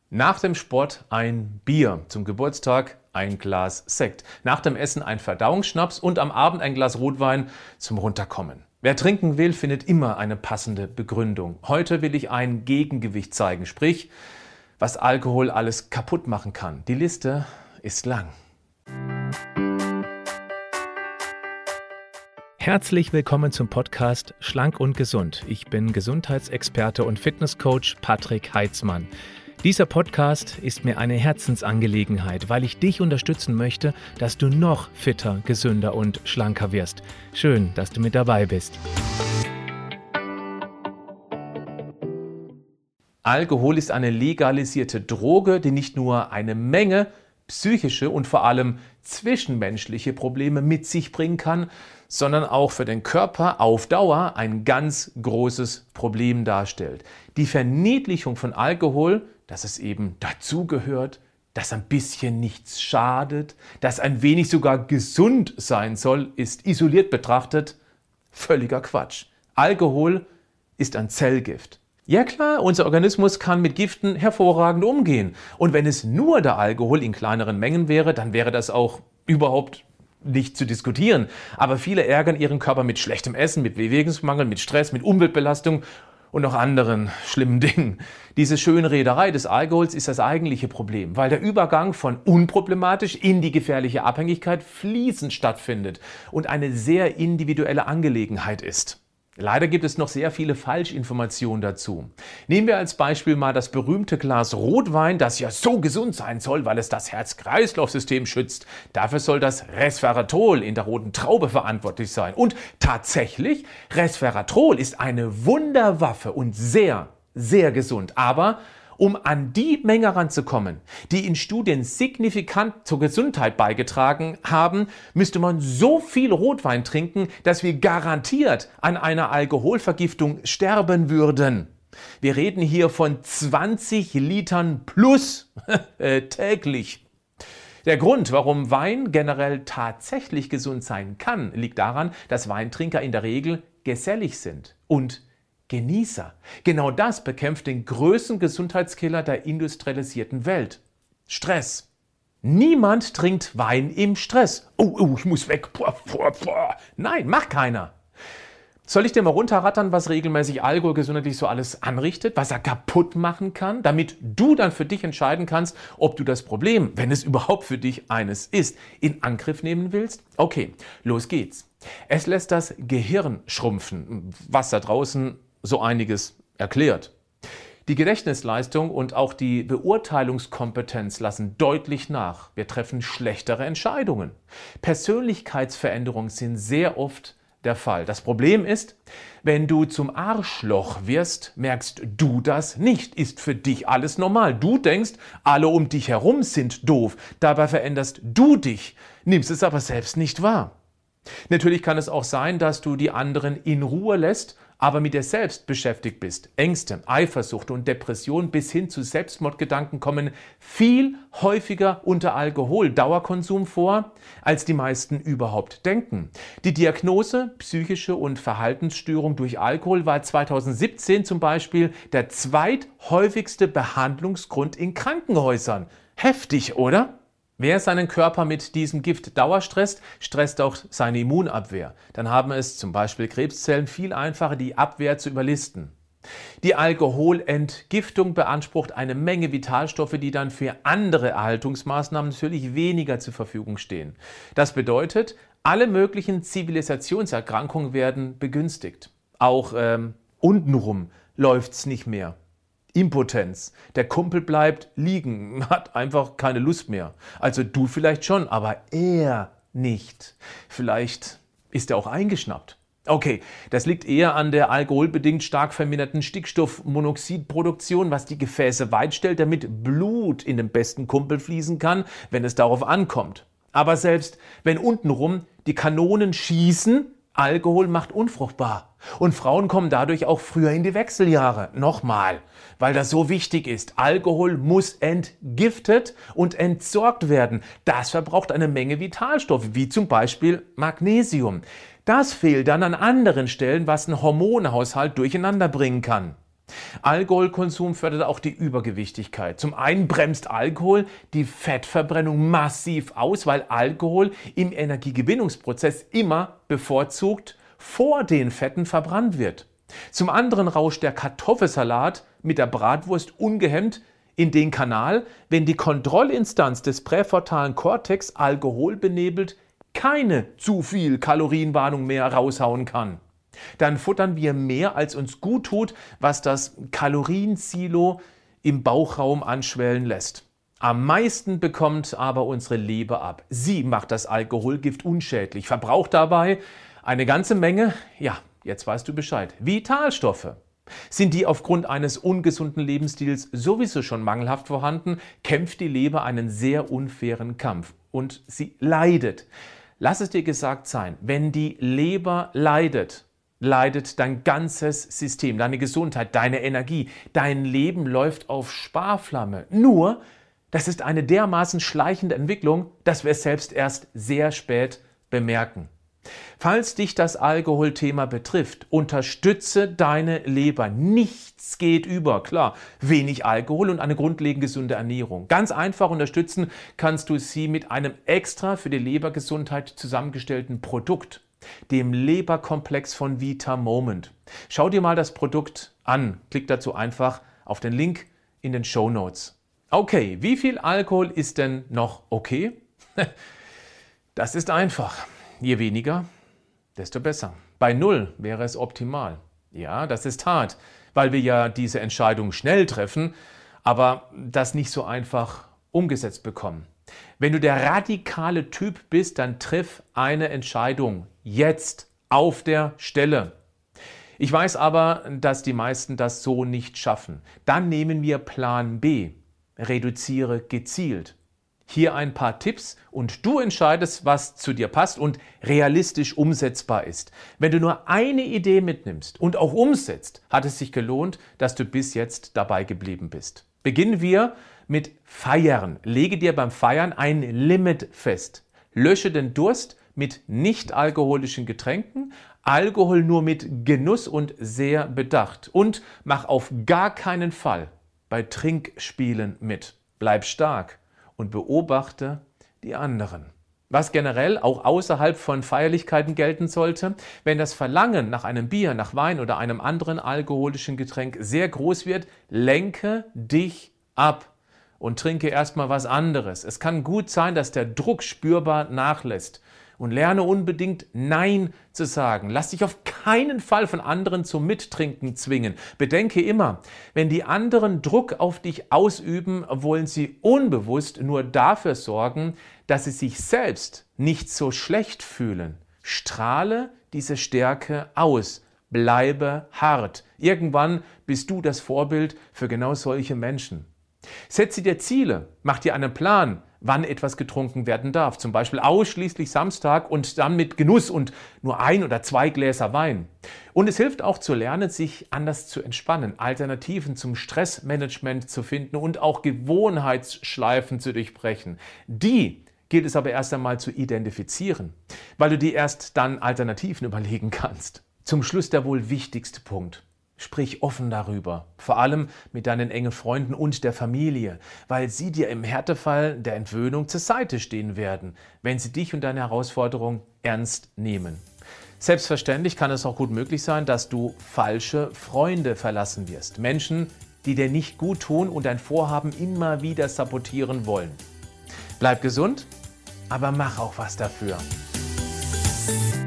Nach dem Sport ein Bier, zum Geburtstag ein Glas Sekt, nach dem Essen ein Verdauungsschnaps und am Abend ein Glas Rotwein zum Runterkommen. Wer trinken will, findet immer eine passende Begründung. Heute will ich ein Gegengewicht zeigen, sprich, was Alkohol alles kaputt machen kann. Die Liste ist lang. Herzlich willkommen zum Podcast Schlank und Gesund. Ich bin Gesundheitsexperte und Fitnesscoach Patrick Heitzmann. Dieser Podcast ist mir eine Herzensangelegenheit, weil ich dich unterstützen möchte, dass du noch fitter, gesünder und schlanker wirst. Schön, dass du mit dabei bist. Alkohol ist eine legalisierte Droge, die nicht nur eine Menge psychische und vor allem zwischenmenschliche Probleme mit sich bringen kann, sondern auch für den Körper auf Dauer ein ganz großes Problem darstellt. Die Verniedlichung von Alkohol, dass es eben dazugehört, dass ein bisschen nichts schadet, dass ein wenig sogar gesund sein soll, ist isoliert betrachtet völliger Quatsch. Alkohol ist ein Zellgift. Ja klar, unser Organismus kann mit Giften hervorragend umgehen. Und wenn es nur der Alkohol in kleineren Mengen wäre, dann wäre das auch überhaupt nicht zu diskutieren. Aber viele ärgern ihren Körper mit schlechtem Essen, mit Bewegungsmangel, mit Stress, mit Umweltbelastung und noch anderen schlimmen Dingen. Diese Schönrederei des Alkohols ist das eigentliche Problem, weil der Übergang von unproblematisch in die gefährliche Abhängigkeit fließend stattfindet und eine sehr individuelle Angelegenheit ist. Leider gibt es noch sehr viele Falschinformationen dazu. Nehmen wir als Beispiel mal das berühmte Glas Rotwein, das ja so gesund sein soll, weil es das Herz-Kreislauf-System schützt. Dafür soll das Resveratrol in der roten Traube verantwortlich sein. Und tatsächlich, Resveratrol ist eine Wunderwaffe und sehr, sehr gesund. Aber um an die Menge ranzukommen, die in Studien signifikant zur Gesundheit beigetragen haben, müsste man so viel Rotwein trinken, dass wir garantiert an einer Alkoholvergiftung sterben würden. Wir reden hier von 20 Litern plus täglich. Der Grund, warum Wein generell tatsächlich gesund sein kann, liegt daran, dass Weintrinker in der Regel gesellig sind und Genießer. Genau das bekämpft den größten Gesundheitskiller der industrialisierten Welt. Stress. Niemand trinkt Wein im Stress. Oh, ich muss weg. Nein, macht keiner. Soll ich dir mal runterrattern, was regelmäßig Alkohol gesundheitlich so alles anrichtet, was er kaputt machen kann, damit du dann für dich entscheiden kannst, ob du das Problem, wenn es überhaupt für dich eines ist, in Angriff nehmen willst? Okay, los geht's. Es lässt das Gehirn schrumpfen, was da draußen so einiges erklärt. Die Gedächtnisleistung und auch die Beurteilungskompetenz lassen deutlich nach. Wir treffen schlechtere Entscheidungen. Persönlichkeitsveränderungen sind sehr oft der Fall. Das Problem ist, wenn du zum Arschloch wirst, merkst du das nicht. Ist für dich alles normal. Du denkst, alle um dich herum sind doof. Dabei veränderst du dich, nimmst es aber selbst nicht wahr. Natürlich kann es auch sein, dass du die anderen in Ruhe lässt, aber mit dir selbst beschäftigt bist. Ängste, Eifersucht und Depression bis hin zu Selbstmordgedanken kommen viel häufiger unter Alkoholdauerkonsum vor, als die meisten überhaupt denken. Die Diagnose psychische und Verhaltensstörung durch Alkohol war 2017 zum Beispiel der zweithäufigste Behandlungsgrund in Krankenhäusern. Heftig, oder? Wer seinen Körper mit diesem Gift dauerstresst, stresst auch seine Immunabwehr. Dann haben es zum Beispiel Krebszellen viel einfacher, die Abwehr zu überlisten. Die Alkoholentgiftung beansprucht eine Menge Vitalstoffe, die dann für andere Erhaltungsmaßnahmen natürlich weniger zur Verfügung stehen. Das bedeutet, alle möglichen Zivilisationserkrankungen werden begünstigt. Auch untenrum läuft's nicht mehr. Impotenz. Der Kumpel bleibt liegen, hat einfach keine Lust mehr. Also du vielleicht schon, aber er nicht. Vielleicht ist er auch eingeschnappt. Okay, das liegt eher an der alkoholbedingt stark verminderten Stickstoffmonoxidproduktion, was die Gefäße weit stellt, damit Blut in den besten Kumpel fließen kann, wenn es darauf ankommt. Aber selbst wenn untenrum die Kanonen schießen, Alkohol macht unfruchtbar. Und Frauen kommen dadurch auch früher in die Wechseljahre. Nochmal, weil das so wichtig ist. Alkohol muss entgiftet und entsorgt werden. Das verbraucht eine Menge Vitalstoffe, wie zum Beispiel Magnesium. Das fehlt dann an anderen Stellen, was den Hormonhaushalt durcheinander bringen kann. Alkoholkonsum fördert auch die Übergewichtigkeit. Zum einen bremst Alkohol die Fettverbrennung massiv aus, weil Alkohol im Energiegewinnungsprozess immer bevorzugt vor den Fetten verbrannt wird. Zum anderen rauscht der Kartoffelsalat mit der Bratwurst ungehemmt in den Kanal, wenn die Kontrollinstanz des präfrontalen Kortex alkoholbenebelt keine zu viel Kalorienwarnung mehr raushauen kann. Dann futtern wir mehr, als uns gut tut, was das Kaloriensilo im Bauchraum anschwellen lässt. Am meisten bekommt aber unsere Leber ab. Sie macht das Alkoholgift unschädlich, verbraucht dabei eine ganze Menge, ja, jetzt weißt du Bescheid, Vitalstoffe. Sind die aufgrund eines ungesunden Lebensstils sowieso schon mangelhaft vorhanden, kämpft die Leber einen sehr unfairen Kampf und sie leidet. Lass es dir gesagt sein, wenn die Leber leidet, leidet dein ganzes System, deine Gesundheit, deine Energie, dein Leben läuft auf Sparflamme. Nur, das ist eine dermaßen schleichende Entwicklung, dass wir es selbst erst sehr spät bemerken. Falls dich das Alkoholthema betrifft, unterstütze deine Leber. Nichts geht über. Klar, wenig Alkohol und eine grundlegend gesunde Ernährung. Ganz einfach unterstützen kannst du sie mit einem extra für die Lebergesundheit zusammengestellten Produkt, dem Leberkomplex von VitaMoment. Schau dir mal das Produkt an. Klick dazu einfach auf den Link in den Shownotes. Okay, wie viel Alkohol ist denn noch okay? Das ist einfach. Je weniger, desto besser. Bei 0 wäre es optimal. Ja, das ist hart, weil wir ja diese Entscheidung schnell treffen, aber das nicht so einfach umgesetzt bekommen. Wenn du der radikale Typ bist, dann triff eine Entscheidung jetzt auf der Stelle. Ich weiß aber, dass die meisten das so nicht schaffen. Dann nehmen wir Plan B. Reduziere gezielt. Hier ein paar Tipps und du entscheidest, was zu dir passt und realistisch umsetzbar ist. Wenn du nur eine Idee mitnimmst und auch umsetzt, hat es sich gelohnt, dass du bis jetzt dabei geblieben bist. Beginnen wir mit Feiern. Lege dir beim Feiern ein Limit fest. Lösche den Durst mit nicht-alkoholischen Getränken, Alkohol nur mit Genuss und sehr bedacht. Und mach auf gar keinen Fall bei Trinkspielen mit. Bleib stark und beobachte die anderen. Was generell auch außerhalb von Feierlichkeiten gelten sollte, wenn das Verlangen nach einem Bier, nach Wein oder einem anderen alkoholischen Getränk sehr groß wird, lenke dich ab und trinke erstmal was anderes. Es kann gut sein, dass der Druck spürbar nachlässt. Und lerne unbedingt Nein zu sagen. Lass dich auf keinen Fall von anderen zum Mittrinken zwingen. Bedenke immer, wenn die anderen Druck auf dich ausüben, wollen sie unbewusst nur dafür sorgen, dass sie sich selbst nicht so schlecht fühlen. Strahle diese Stärke aus. Bleibe hart. Irgendwann bist du das Vorbild für genau solche Menschen. Setze dir Ziele, mach dir einen Plan, wann etwas getrunken werden darf. Zum Beispiel ausschließlich Samstag und dann mit Genuss und nur 1 oder 2 Gläser Wein. Und es hilft auch zu lernen, sich anders zu entspannen, Alternativen zum Stressmanagement zu finden und auch Gewohnheitsschleifen zu durchbrechen. Die gilt es aber erst einmal zu identifizieren, weil du dir erst dann Alternativen überlegen kannst. Zum Schluss der wohl wichtigste Punkt. Sprich offen darüber, vor allem mit deinen engen Freunden und der Familie, weil sie dir im Härtefall der Entwöhnung zur Seite stehen werden, wenn sie dich und deine Herausforderung ernst nehmen. Selbstverständlich kann es auch gut möglich sein, dass du falsche Freunde verlassen wirst. Menschen, die dir nicht gut tun und dein Vorhaben immer wieder sabotieren wollen. Bleib gesund, aber mach auch was dafür.